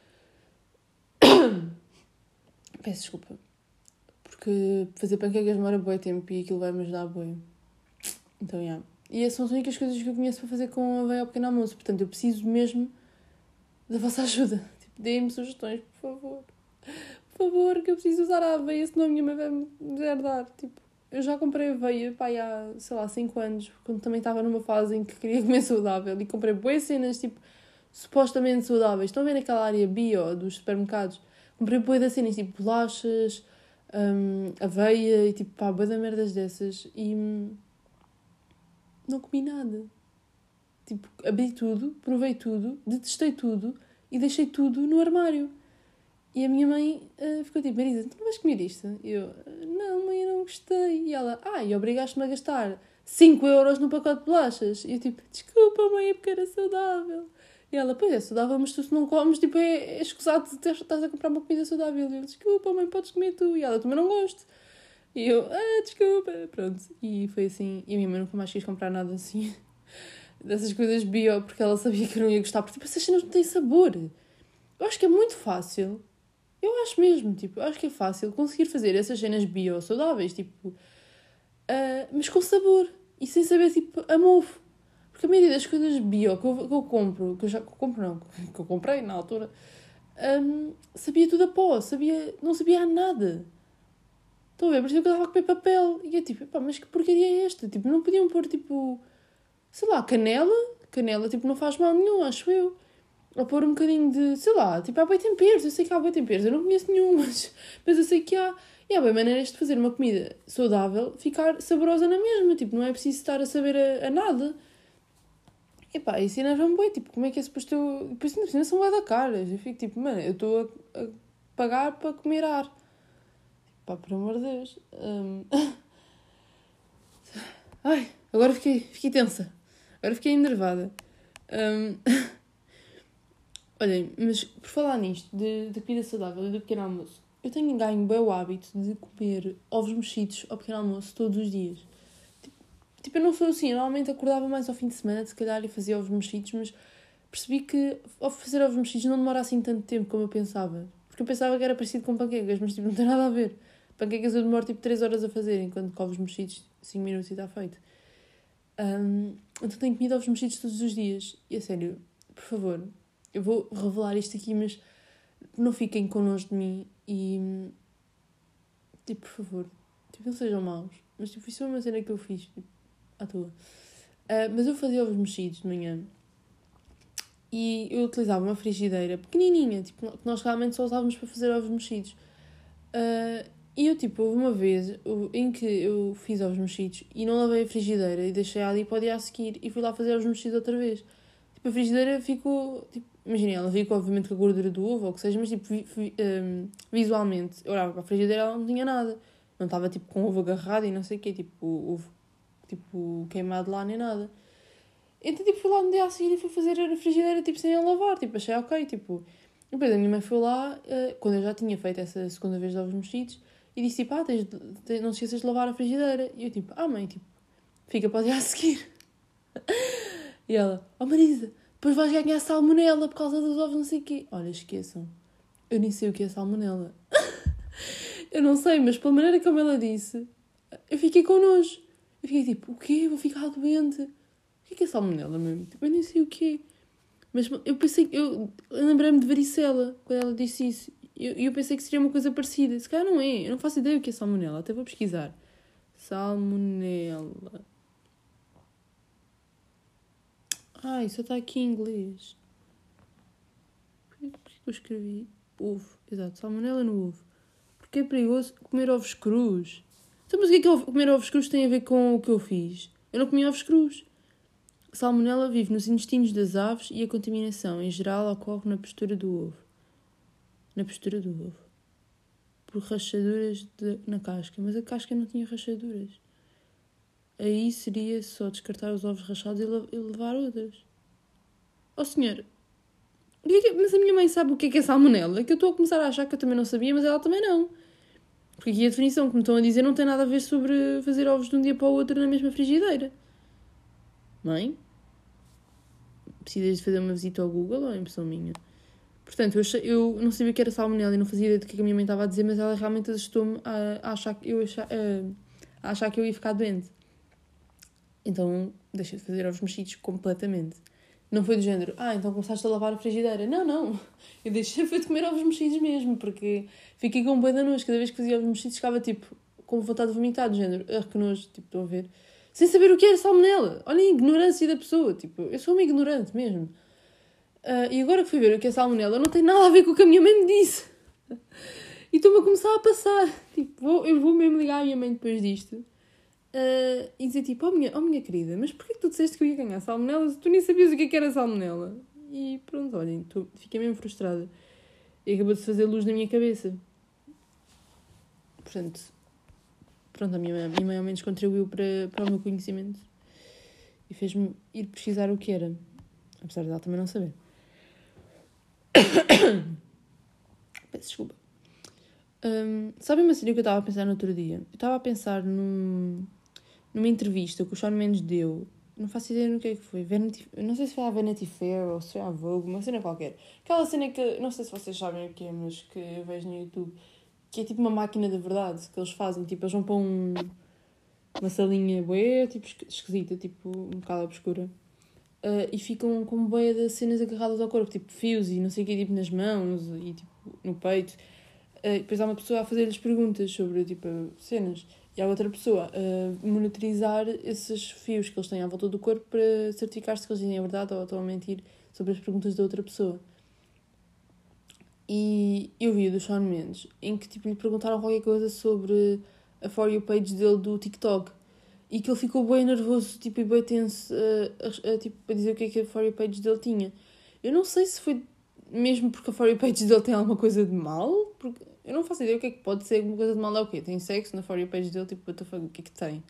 Peço desculpa. Porque fazer panquecas demora bué tempo e aquilo vai-me ajudar bué. Então, já. Yeah. E essas são as únicas coisas que eu conheço para fazer com aveia ao pequeno almoço. Portanto, eu preciso mesmo da vossa ajuda. Tipo, deem-me sugestões, por favor. Por favor, que eu preciso usar a aveia, senão a minha mãe vai-me deserdar. Tipo, eu já comprei aveia, pá, há, sei lá, cinco anos, quando também estava numa fase em que queria comer saudável. E comprei boas cenas, tipo, supostamente saudáveis. Estão a ver naquela área bio dos supermercados? Comprei boas cenas, tipo, bolachas, hum, aveia e, tipo, pá, boas merdas dessas. E hum, não comi nada. Tipo, abri tudo, provei tudo, detestei tudo e deixei tudo no armário. E a minha mãe uh, ficou tipo, Marisa, tu não vais comer isto? E eu, não, mãe, eu não gostei. E ela, ah, e obrigaste-me a gastar cinco euros no pacote de bolachas. E eu tipo, desculpa, mãe, é porque era saudável. E ela, pois é saudável, mas tu se não comes, tipo, é, é escusado de ter, estás a comprar uma comida saudável. E eu, desculpa, mãe, podes comer tu. E ela, também não gosto. E eu, ah, desculpa, pronto. E foi assim, e a minha mãe nunca mais quis comprar nada assim, dessas coisas bio, porque ela sabia que eu não ia gostar, porque tipo, essas cenas não têm sabor. Eu acho que é muito fácil, eu acho mesmo, tipo, eu acho que é fácil conseguir fazer essas cenas bio saudáveis, tipo, uh, mas com sabor, e sem saber, tipo, a mofo. Porque a maioria das coisas bio que eu, que eu compro, que eu já que eu compro não, que eu comprei na altura, um, sabia tudo a pó, sabia, não sabia a nada. Estão a ver? Por exemplo, eu estava a comer papel. E eu tipo, pá, mas que porcaria é esta? Tipo, não podiam pôr, tipo, sei lá, canela. Canela, tipo, não faz mal nenhum, acho eu. Ou pôr um bocadinho de, sei lá, tipo, há boi temperos. Eu sei que há boi temperos. Eu não conheço nenhum, mas, mas eu sei que há. E há bem maneiras de fazer uma comida saudável ficar saborosa na mesma. Tipo, não é preciso estar a saber a, a nada. E pá, isso enerva-me bem. Tipo, como é que é suposto eu... Depois, ainda são bué da caras. Eu fico tipo, mano, eu estou a, a pagar para comer ar. Pá, por amor de Deus. Um... Ai, agora fiquei, fiquei tensa. Agora fiquei enervada. Um... Olhem, mas por falar nisto, de, de comida saudável e do pequeno almoço, eu tenho ganho bem o hábito de comer ovos mexidos ao pequeno almoço todos os dias. Tipo, tipo, eu não sou assim, eu normalmente acordava mais ao fim de semana, se calhar, e fazia ovos mexidos, mas percebi que ao fazer ovos mexidos não demora assim tanto tempo como eu pensava. Porque eu pensava que era parecido com panquecas, mas tipo, não tem nada a ver. Panquecas eu demoro tipo três horas a fazer, enquanto que ovos mexidos cinco minutos e está feito. Um, então tenho comido ovos mexidos todos os dias. E a sério, por favor, eu vou revelar isto aqui, mas não fiquem com nojo de mim e, tipo, por favor, tipo, não sejam maus. Mas tipo, isso é uma cena que eu fiz, tipo, à toa. Uh, mas eu fazia ovos mexidos de manhã e eu utilizava uma frigideira pequenininha, tipo, que nós realmente só usávamos para fazer ovos mexidos. Uh, e eu, tipo, houve uma vez em que eu fiz ovos mexidos e não lavei a frigideira e deixei ali para o dia a seguir e fui lá fazer ovos mexidos outra vez. Tipo, a frigideira ficou, tipo, imaginem, ela ficou obviamente com a gordura do ovo ou o que seja, mas tipo, vi, vi, um, visualmente, eu olhava para a frigideira e ela não tinha nada. Não estava tipo com o ovo agarrado e não sei o quê, tipo, o ovo tipo, queimado lá nem nada. Então, tipo, fui lá no dia a seguir e fui fazer a frigideira, tipo, sem a lavar, tipo, achei ok, tipo... Depois a minha mãe foi lá, uh, quando eu já tinha feito essa segunda vez de ovos mexidos, e disse, tipo, ah, tens, tens, não te esqueças de lavar a frigideira. E eu, tipo, ah, mãe, tipo, fica para o dia a seguir. E ela, oh, Marisa, depois vais ganhar salmonela por causa dos ovos, não sei o quê. Olha, esqueçam, eu nem sei o que é salmonela. Eu não sei, mas pela maneira como ela disse, eu fiquei com nojo. Eu fiquei tipo, o quê? Vou ficar doente. O que é salmonela mesmo? Tipo, eu nem sei o quê. Mas eu pensei, eu, eu lembrei-me de varicela quando ela disse isso. E eu, eu pensei que seria uma coisa parecida. Se calhar não é. Eu não faço ideia o que é salmonela. Até vou pesquisar. Salmonela. Ah, isso está aqui em inglês. Por que eu escrevi ovo? Exato, salmonela no ovo. Porque é perigoso comer ovos crus. Então, mas o que é que comer ovos crus tem a ver com o que eu fiz? Eu não comi ovos crus. Salmonela vive nos intestinos das aves e a contaminação, em geral, ocorre na postura do ovo. Na postura do ovo. Por rachaduras de, na casca. Mas a casca não tinha rachaduras. Aí seria só descartar os ovos rachados e, e levar outros. Oh, senhor, mas a minha mãe sabe o que é que é salmonela? É que eu estou a começar a achar que eu também não sabia, mas ela também não. Porque aqui a definição que me estão a dizer não tem nada a ver sobre fazer ovos de um dia para o outro na mesma frigideira. Mãe? Precisas de fazer uma visita ao Google ou é impressão minha? Portanto, eu, achei, eu não sabia o que era salmonela e não fazia ideia do que a minha mãe estava a dizer, mas ela realmente assustou-me a, a, achar, que eu achar, a, a achar que eu ia ficar doente. Então, deixei de fazer ovos mexidos completamente. Não foi do género, ah, então começaste a lavar a frigideira. Não, não. Eu deixei foi de comer ovos mexidos mesmo, porque fiquei com um boi de nojo. Cada vez que fazia ovos mexidos ficava, tipo, com vontade de vomitar, do género, ah, que nojo, tipo, estão a ver? Sem saber o que era salmonela. Olha a ignorância da pessoa, tipo, eu sou uma ignorante mesmo. Uh, e agora que fui ver o que é salmonela, não tem nada a ver com o que a minha mãe me disse. E estou-me a começar a passar. Tipo, vou, eu vou mesmo ligar à minha mãe depois disto. uh, e dizer tipo, oh minha, oh minha querida, mas porquê que tu disseste que eu ia ganhar salmonela se tu nem sabias o que é que era salmonela? E pronto, olhem, tô, fiquei mesmo frustrada. E acabou de se fazer luz na minha cabeça. Portanto, pronto, a minha, a minha mãe ao menos contribuiu para, para o meu conhecimento e fez-me ir pesquisar o que era, apesar de ela também não saber. Peço desculpa. Um, sabem uma cena que eu estava a pensar no outro dia? Eu estava a pensar num, numa entrevista que o Shawn Mendes deu. Não faço ideia no que é que foi. Vanity, não sei se foi a Vanity Fair ou se foi a Vogue, uma cena qualquer. Aquela cena que, não sei se vocês sabem o que é, mas que eu vejo no YouTube, que é tipo uma máquina da verdade que eles fazem. Tipo, eles vão para um, uma salinha bué, tipo esquisita, tipo um bocado obscura. Uh, e ficam com bué de cenas agarradas ao corpo, tipo fios e não sei o que, tipo nas mãos e tipo no peito. Uh, depois há uma pessoa a fazer-lhes perguntas sobre tipo cenas e há outra pessoa a monitorizar esses fios que eles têm à volta do corpo para certificar-se que eles dizem a verdade ou estão a mentir sobre as perguntas da outra pessoa. E eu vi o do Shawn Mendes em que tipo, lhe perguntaram qualquer coisa sobre a For You page dele do TikTok e que ele ficou bem nervoso tipo, e bem tenso a, a, a, tipo, a dizer o que é que a For You page dele tinha. Eu não sei se foi mesmo porque a For You page dele tem alguma coisa de mal, porque eu não faço ideia o que é que pode ser alguma coisa de mal. É o quê? Tem sexo na For You page dele, tipo, what the fuck, o que é que tem?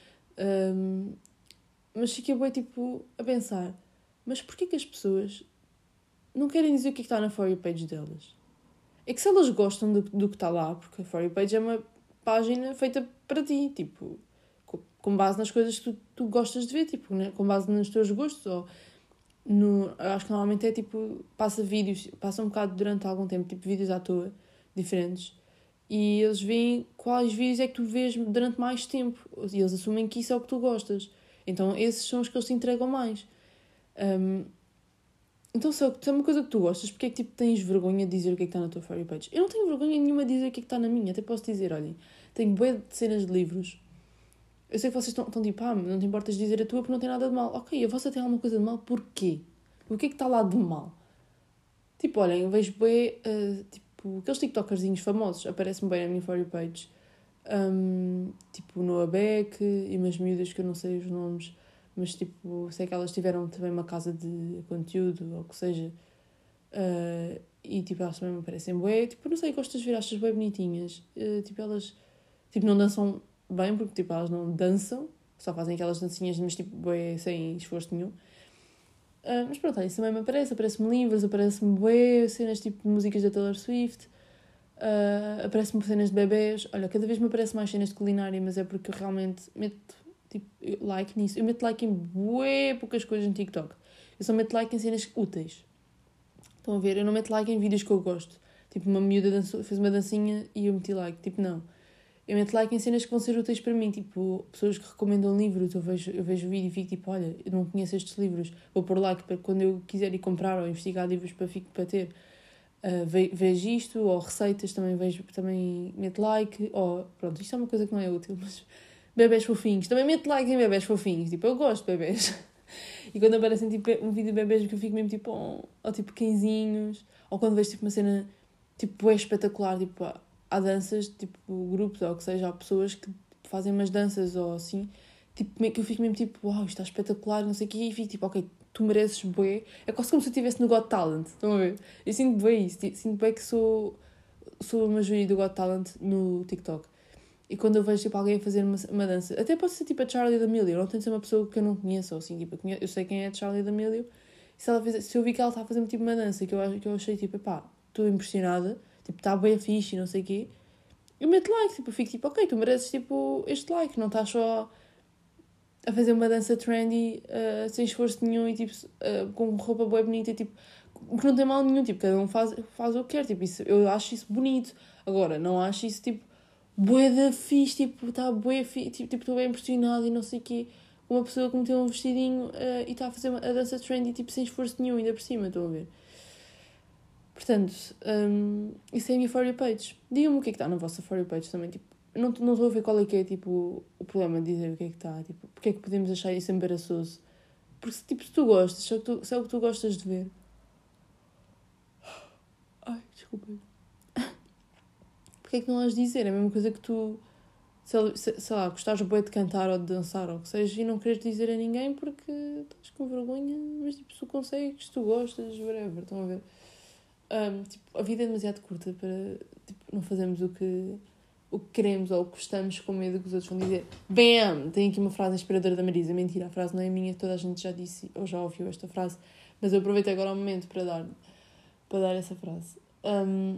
Um, mas fiquei bem, tipo, a pensar, mas porquê que as pessoas não querem dizer o que é que está na For You page delas? É que se elas gostam do, do que está lá, porque a For You page é uma página feita para ti, tipo, com, com base nas coisas que tu, tu gostas de ver, tipo, né? Com base nos teus gostos, ou no, acho que normalmente é tipo, passa vídeos, passa um bocado durante algum tempo, tipo vídeos à toa, diferentes, e eles veem quais vídeos é que tu vês durante mais tempo, e eles assumem que isso é o que tu gostas, então esses são os que eles te entregam mais. Um, então se é uma coisa que tu gostas, porque é que tipo, tens vergonha de dizer o que é que está na tua For You page? Eu não tenho vergonha nenhuma de dizer o que é que está na minha, até posso dizer, olhem, tenho bué de cenas de livros. Eu sei que vocês estão, estão tipo, ah, não te importas de dizer a tua porque não tem nada de mal. Ok, a vossa tem alguma coisa de mal, porquê? O que é que está lá de mal? Tipo, olhem, eu vejo bem, uh, tipo, aqueles tiktokerzinhos famosos, aparecem bem na minha For You page. Um, tipo, Noah Beck e umas miúdas que eu não sei os nomes, mas tipo, sei que elas tiveram também uma casa de conteúdo, ou o que seja. Uh, e tipo, elas também me parecem bué. Tipo, não sei, gosto de ver, achas bem bonitinhas. Uh, tipo, elas tipo, não dançam bem, porque tipo, elas não dançam, só fazem aquelas dancinhas, mas tipo, bué, sem esforço nenhum. Uh, mas pronto, isso também me aparece, aparece-me livros, aparece-me bué, cenas tipo de músicas da Taylor Swift, uh, aparece-me cenas de bebés. Olha, cada vez me aparece mais cenas de culinária, mas é porque eu realmente meto tipo, like nisso. Eu meto like em bué poucas coisas no TikTok. Eu só meto like em cenas úteis. Estão a ver? Eu não meto like em vídeos que eu gosto. Tipo, uma miúda dançou, fez uma dancinha e eu meti like. Tipo, não. Eu meto like em cenas que vão ser úteis para mim. Tipo, pessoas que recomendam livros. Eu vejo, eu vejo o vídeo e fico tipo, olha, eu não conheço estes livros. Vou pôr like para quando eu quiser ir comprar ou investigar livros para, fico, para ter. Uh, ve, vejo isto. Ou receitas também vejo, também meto like. Ou, pronto, isto é uma coisa que não é útil, mas... Bebés fofinhos. Também meto like em bebés fofinhos. Tipo, eu gosto de bebés. E quando aparecem tipo, um vídeo de bebés que eu fico mesmo tipo, oh, ou tipo cãezinhos, ou quando vejo tipo uma cena tipo é espetacular, tipo há danças, tipo grupos ou o que seja, há pessoas que fazem umas danças ou assim, tipo que eu fico mesmo tipo, uau, isto está espetacular, não sei o quê, e fico tipo, ok, tu mereces bué. É quase como se eu estivesse no Got Talent, estão a ver? Eu sinto bué isso, sinto bué que sou, sou uma jury do Got Talent no TikTok. E quando eu vejo tipo, alguém a fazer uma, uma dança, até pode ser tipo a Charli D'Amelio, não tem de ser uma pessoa que eu não conheço, ou assim, tipo, eu, conheço, eu sei quem é a Charli D'Amelio, e se, ela fez, se eu vi que ela está a fazer tipo uma dança que eu, que eu achei tipo, pá, estou impressionada, tipo, está bem fixe e não sei o quê, eu meto like, tipo, eu fico tipo, ok, tu mereces tipo este like, não estás só a fazer uma dança trendy, uh, sem esforço nenhum e tipo, uh, com roupa bem bonita, tipo, porque não tem mal nenhum, tipo, cada um faz, faz o que quer, tipo, isso, eu acho isso bonito, agora, não acho isso tipo bué da fixe, tipo, está bué fixe, tipo, estou bem impressionada e não sei o quê. Uma pessoa que meteu um vestidinho uh, e está a fazer uma, a dança trendy, tipo, sem esforço nenhum, ainda por cima, estão a ver? Portanto, um, isso é a minha For You page. Digam-me o que é que está na vossa For You page também, tipo, não, não estou a ver qual é que é, tipo, o problema de dizer o que é que está, tipo, porque é que podemos achar isso embaraçoso? Porque, tipo, se tu gostas, se é o que tu, se é o que tu gostas de ver... Ai, desculpa. Porque é que não has de dizer? É a mesma coisa que tu... se, se, sei lá, gostares bué de cantar ou de dançar ou o que seja e não queres dizer a ninguém porque estás com vergonha, mas tipo, se tu consegues, se tu gostas, whatever, estão a ver? Um, tipo, a vida é demasiado curta para tipo, não fazermos o que, o que queremos ou o que gostamos com medo que os outros vão dizer. Bam! Tem aqui uma frase inspiradora da Marisa. Mentira, a frase não é minha, toda a gente já disse ou já ouviu esta frase, mas eu aproveito agora o momento para dar, para dar essa frase. Um,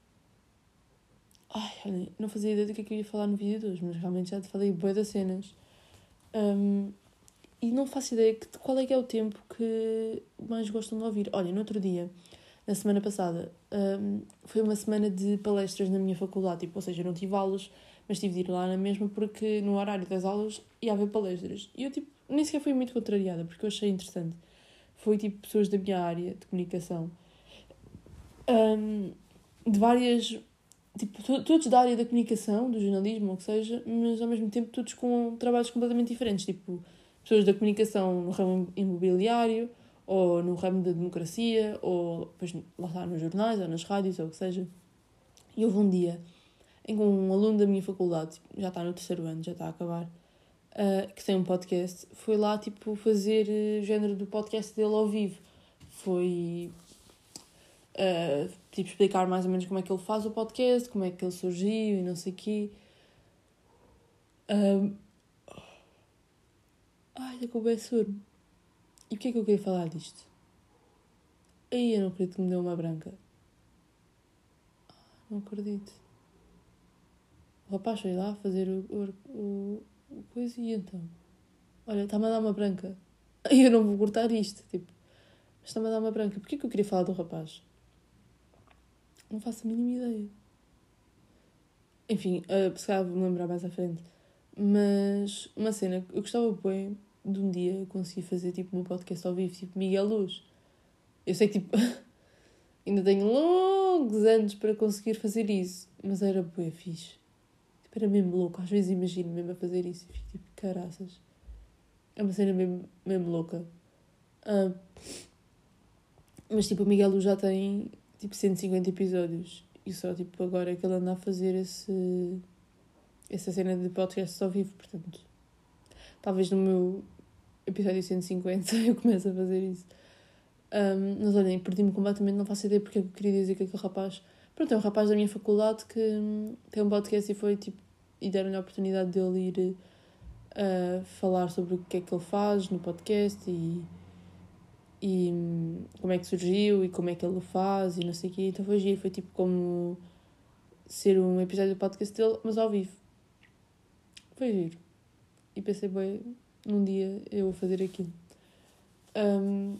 Ai, olha, não fazia ideia do que é que eu ia falar no vídeo de hoje, mas realmente já te falei bué das cenas. Um, e não faço ideia de qual é que é o tempo que mais gostam de ouvir. Olha, no outro dia, na semana passada, um, foi uma semana de palestras na minha faculdade. Tipo, ou seja, eu não tive aulas, mas tive de ir lá na mesma porque no horário das aulas ia haver palestras. E eu, tipo, nem sequer fui muito contrariada, porque eu achei interessante. Foi, tipo, pessoas da minha área de comunicação. Um, de várias... Tipo, todos da área da comunicação, do jornalismo, ou o que seja, mas ao mesmo tempo todos com trabalhos completamente diferentes. Tipo, pessoas da comunicação no ramo imobiliário, ou no ramo da democracia, ou depois lá está, nos jornais, ou nas rádios, ou o que seja. E houve um dia em que um aluno da minha faculdade, já está no terceiro ano, já está a acabar, uh, que tem um podcast, foi lá, tipo, fazer o género do podcast dele ao vivo. Foi... Uh, tipo, explicar mais ou menos como é que ele faz o podcast, como é que ele surgiu e não sei o quê. Um... Ai, já acabei surdo. E porquê é que eu queria falar disto? Aí eu não acredito que me deu uma branca. Não acredito. O rapaz foi lá fazer o, o, o, o coisa e então... Olha, está-me a dar uma branca. Aí eu não vou cortar isto, tipo... Mas está-me a dar uma branca. Porquê que eu queria falar do rapaz? Não faço a mínima ideia. Enfim, uh, se calhar vou-me lembrar mais à frente. Mas uma cena, eu gostava bem de um dia conseguir fazer tipo um podcast ao vivo, tipo Miguel Luz. Eu sei que tipo ainda tenho longos anos para conseguir fazer isso, mas era bué fixe. Tipo, era mesmo louco, às vezes imagino mesmo a fazer isso e fico tipo, caraças. É uma cena mesmo, mesmo louca. Uh, mas tipo, o Miguel Luz já tem tipo cento e cinquenta episódios e só tipo agora é que ele anda a fazer esse... essa cena de podcast ao vivo, portanto, talvez no meu episódio cento e cinquenta eu comece a fazer isso. Um, mas olhem, perdi-me completamente, não faço ideia porque eu queria dizer que aquele rapaz... Pronto, é um rapaz da minha faculdade que hum, tem um podcast e foi, tipo, e deram-lhe a oportunidade dele ir uh, falar sobre o que é que ele faz no podcast e, e hum, como é que surgiu e como é que ele o faz e não sei o quê. Então foi giro, foi tipo como ser um episódio do podcast dele, mas ao vivo. Foi giro. E pensei, bem, num dia eu vou fazer aquilo. Um,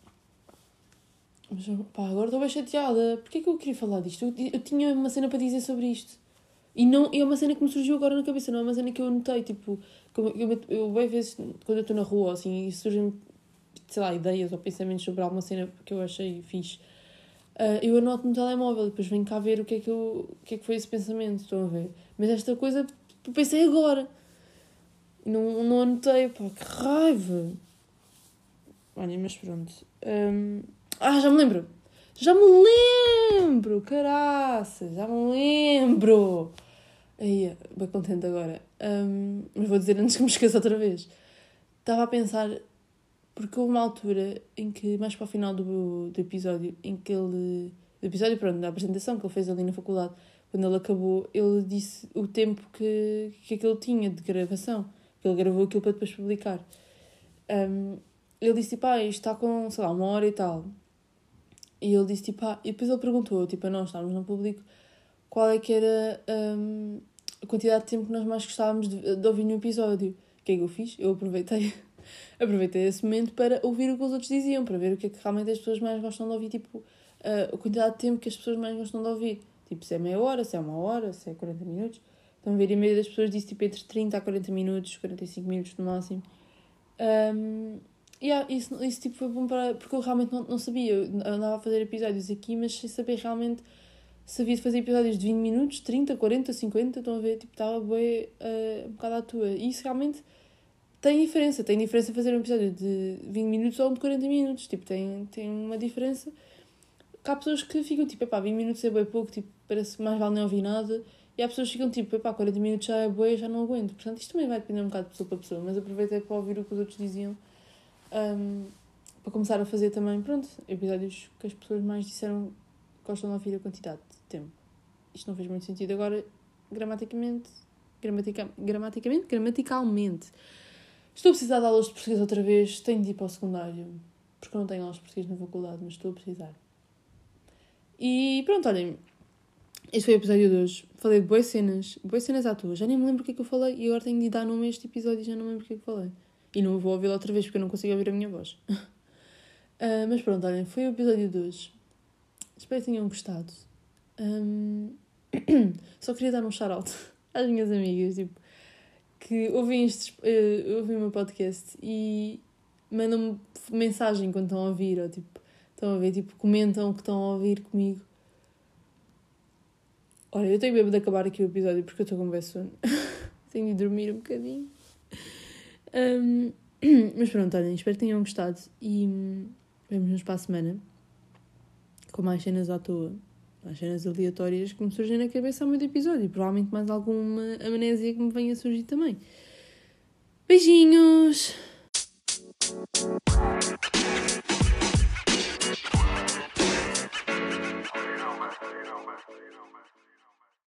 mas, pá, agora estou bem chateada. Porquê é que eu queria falar disto? Eu, eu tinha uma cena para dizer sobre isto. E não, é uma cena que me surgiu agora na cabeça, não é uma cena que eu anotei. Tipo, eu, eu, eu bem vezes, quando eu estou na rua, assim, e surgem, sei lá, ideias ou pensamentos sobre alguma cena que eu achei fixe, uh, eu anoto no telemóvel e depois venho cá ver o que é que, eu, o que, é que foi esse pensamento. Estão a ver? Mas esta coisa, eu pensei agora. Não, não anotei, pá, que raiva. Olha, mas pronto. Um... Ah, já me lembro. Já me lembro, caraças, já me lembro. Aí, bem contente agora. Um... Mas vou dizer antes que me esqueça outra vez. Estava a pensar, porque houve uma altura em que, mais para o final do, do episódio, em que ele... Do episódio, pronto, da apresentação que ele fez ali na faculdade, quando ele acabou, ele disse o tempo que, que aquele tinha de gravação. Ele gravou aquilo para depois publicar. Um, ele disse, tipo, ah, isto está com, sei lá, uma hora e tal. E ele disse, tipo, ah... E depois ele perguntou, tipo, a nós, estávamos no público, qual é que era um, a quantidade de tempo que nós mais gostávamos de, de ouvir no episódio. O que é que eu fiz? Eu aproveitei, aproveitei esse momento para ouvir o que os outros diziam, para ver o que é que realmente as pessoas mais gostam de ouvir, tipo, uh, a quantidade de tempo que as pessoas mais gostam de ouvir. Tipo, se é meia hora, se é uma hora, se é quarenta minutos. Estão a ver, e a maioria das pessoas disse, tipo, entre trinta a quarenta minutos, quarenta e cinco minutos no máximo. Um, yeah, isso, isso tipo, foi bom para... Porque eu realmente não, não sabia. Eu andava a fazer episódios aqui, mas sem saber realmente se havia de fazer episódios de vinte minutos, trinta, quarenta, cinquenta. Estão a ver? Tipo, estava bem uh, um bocado à toa. E isso realmente tem diferença. Tem diferença fazer um episódio de vinte minutos ou um de quarenta minutos. Tipo, tem, tem uma diferença. Que há pessoas que ficam tipo, epá, vinte minutos é bem pouco, tipo, parece que mais vale nem ouvir nada. E há pessoas que ficam tipo, epá, quarenta minutos já é bué, já não aguento. Portanto, isto também vai depender um bocado de pessoa para pessoa, mas aproveitei para ouvir o que os outros diziam, um, para começar a fazer também, pronto, episódios que as pessoas mais disseram que gostam de ouvir a quantidade de tempo. Isto não fez muito sentido agora, gramaticamente, gramatica, gramaticamente, gramaticalmente. Estou a precisar de aulas de português outra vez, tenho de ir para o secundário, porque eu não tenho aulas de português na faculdade, mas estou a precisar. E pronto, olhem, este foi o episódio de hoje. Falei de boas cenas, boas cenas à toa. Já nem me lembro o que é que eu falei e agora tenho de dar nome a este episódio e já não me lembro o que é que falei. E não vou ouvi-lo outra vez porque eu não consigo ouvir a minha voz. uh, mas pronto, olhem, foi o episódio de hoje. Espero que tenham gostado. Um... Só queria dar um shout-out às minhas amigas, tipo, que ouvem, estes, uh, ouvem o meu podcast e mandam-me mensagem quando estão a ouvir, ou tipo, estão a ver, tipo, comentam que estão a ouvir comigo. Olha, eu tenho mesmo de acabar aqui o episódio porque eu estou com bem sono. Tenho de dormir um bocadinho. Um, mas pronto, olhem, espero que tenham gostado e vemo-nos para a semana com mais cenas à toa, mais cenas aleatórias que me surgem na cabeça ao meio do episódio e provavelmente mais alguma amnésia que me venha a surgir também. Beijinhos!